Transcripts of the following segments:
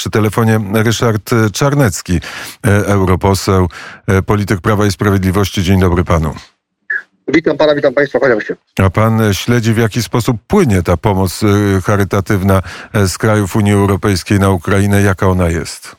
Przy telefonie Ryszard Czarnecki, europoseł, polityk Prawa i Sprawiedliwości. Dzień dobry panu. Witam pana, witam państwa, kłaniam się. A pan śledzi, w jaki sposób płynie ta pomoc charytatywna z krajów Unii Europejskiej na Ukrainę? Jaka ona jest?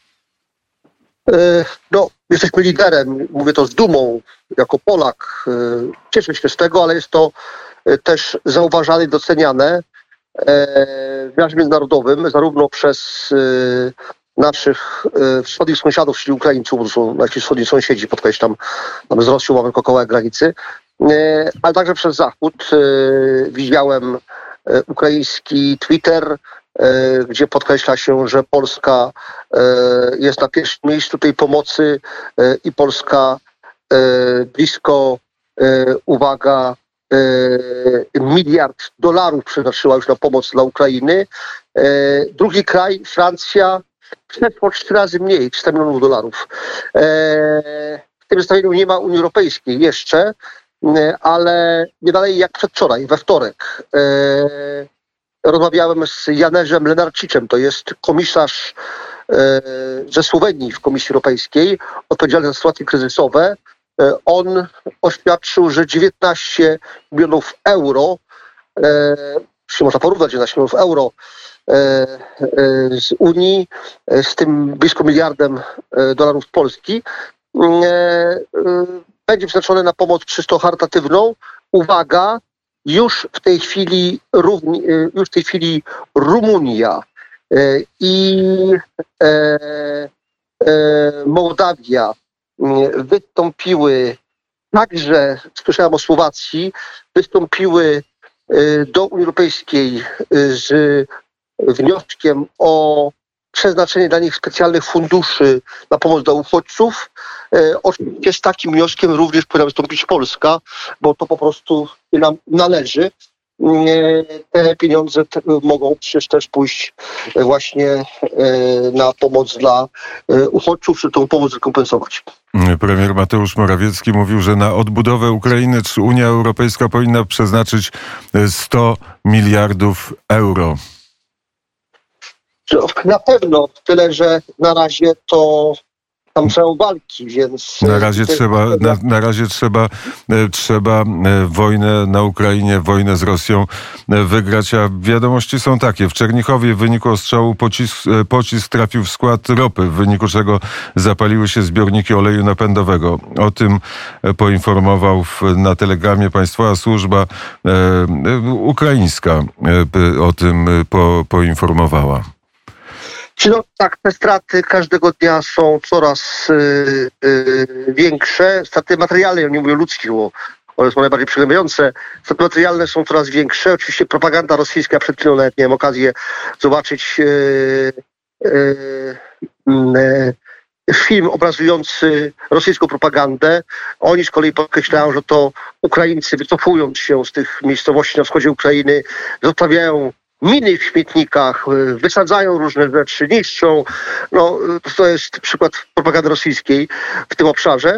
Jesteśmy liderem, mówię to z dumą, jako Polak. Cieszę się z tego, ale jest to też zauważane i doceniane w wymiarze międzynarodowym, zarówno przez naszych wschodnich sąsiadów, czyli Ukraińców, bo to są nasi wschodni sąsiedzi, podkreślam, tam z Rosją mamy kawałek granicy, ale także przez Zachód. Widziałem ukraiński Twitter, gdzie podkreśla się, że Polska jest na pierwszym miejscu tej pomocy i Polska blisko, uwaga, $1 miliard przeznaczyła już na pomoc dla Ukrainy. Drugi kraj, Francja, przeszło 4 razy mniej, $300 milionów. W tym zestawieniu nie ma Unii Europejskiej jeszcze, ale nie dalej jak przedwczoraj, we wtorek. Rozmawiałem z Janerzem Lenarčičem, to jest komisarz ze Słowenii w Komisji Europejskiej, odpowiedzialny za sytuacje kryzysowe. On oświadczył, że 19 milionów euro, czy można porównać 19 milionów euro z Unii, z tym blisko $1 miliardem z Polski, będzie przeznaczone na pomoc czysto charytatywną. Uwaga, już w tej chwili Rumunia i Mołdawia wystąpiły, także słyszałem o Słowacji, wystąpiły do Unii Europejskiej z wnioskiem o przeznaczenie dla nich specjalnych funduszy na pomoc dla uchodźców. Oczywiście z takim wnioskiem również powinna wystąpić Polska, bo to po prostu nam należy. Te pieniądze mogą przecież też pójść właśnie na pomoc dla uchodźców, czy tą pomoc rekompensować. Premier Mateusz Morawiecki mówił, że na odbudowę Ukrainy Unia Europejska powinna przeznaczyć 100 miliardów euro. Na pewno, tyle że na razie to tam są walki, więc... Na razie trzeba wojnę na Ukrainie, wojnę z Rosją wygrać, a wiadomości są takie. W Czernichowie w wyniku ostrzału pocisk trafił w skład ropy, w wyniku czego zapaliły się zbiorniki oleju napędowego. O tym poinformował na Telegramie Państwowa Służba Ukraińska. O tym poinformowała. Tak, te straty każdego dnia są coraz większe. Straty materialne, ja nie mówię ludzkich, bo one są najbardziej przygnębiające. Straty materialne są coraz większe. Oczywiście propaganda rosyjska, przed chwilą nawet miałem okazję zobaczyć film obrazujący rosyjską propagandę. Oni z kolei podkreślają, że to Ukraińcy, wycofując się z tych miejscowości na wschodzie Ukrainy, zostawiają miny w śmietnikach, wysadzają różne rzeczy, niszczą. To jest przykład propagandy rosyjskiej w tym obszarze.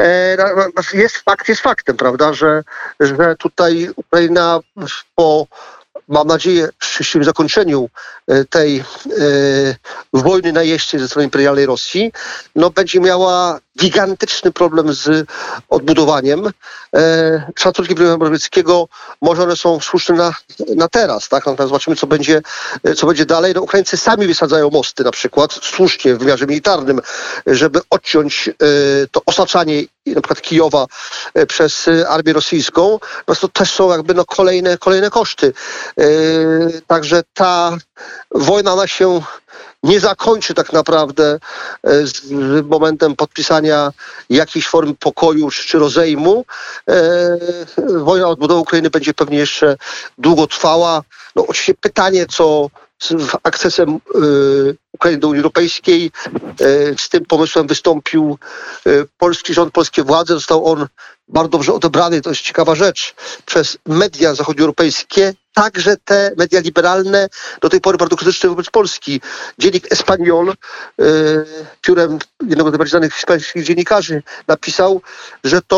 Jest faktem, prawda, że tutaj Ukraina mam nadzieję, w szczęśliwym zakończeniu tej wojny najeźdźczej ze strony imperialnej Rosji, będzie miała gigantyczny problem z odbudowaniem. Szacunki premiera Morawieckiego, może one są słuszne na teraz, tak? Natomiast zobaczymy, co będzie dalej. Ukraińcy sami wysadzają mosty na przykład, słusznie w wymiarze militarnym, żeby odciąć to osaczanie na przykład Kijowa przez armię rosyjską. To też są jakby kolejne koszty. Także ta wojna, ona się nie zakończy tak naprawdę z momentem podpisania jakiejś formy pokoju czy rozejmu. Wojna o odbudowę Ukrainy będzie pewnie jeszcze długo trwała. Oczywiście pytanie, co z akcesem Ukrainy do Unii Europejskiej. Z tym pomysłem wystąpił polski rząd, polskie władze. Został on bardzo dobrze odebrany, to jest ciekawa rzecz, przez media zachodnioeuropejskie, także te media liberalne, do tej pory bardzo krytyczne wobec Polski. Dziennik Espanyol, piórem jednego z najbardziej znanych hiszpańskich dziennikarzy, napisał, że to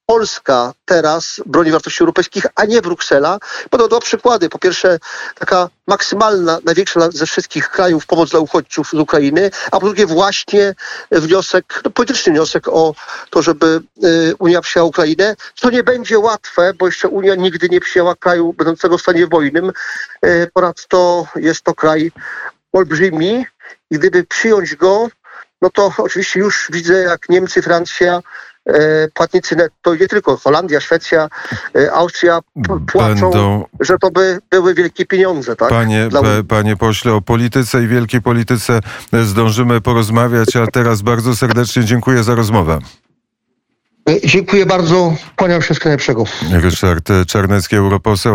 Polska teraz broni wartości europejskich, a nie Bruksela. Podał dwa przykłady. Po pierwsze, taka maksymalna, największa ze wszystkich krajów pomoc dla uchodźców z Ukrainy, a po drugie właśnie wniosek, polityczny wniosek o to, żeby Unia przyjęła Ukrainę, co nie będzie łatwe, bo jeszcze Unia nigdy nie przyjęła kraju będącego w stanie wojennym. Ponadto jest to kraj olbrzymi i gdyby przyjąć go, no to oczywiście już widzę, jak Niemcy, Francja, płatnicy netto, nie tylko Holandia, Szwecja, Austria płaczą, że to by były wielkie pieniądze. Tak? Panie pośle, o polityce i wielkiej polityce zdążymy porozmawiać, a teraz bardzo serdecznie dziękuję za rozmowę. Dziękuję bardzo, kłaniam się z najlepszego. Ryszard Czarnecki, europoseł.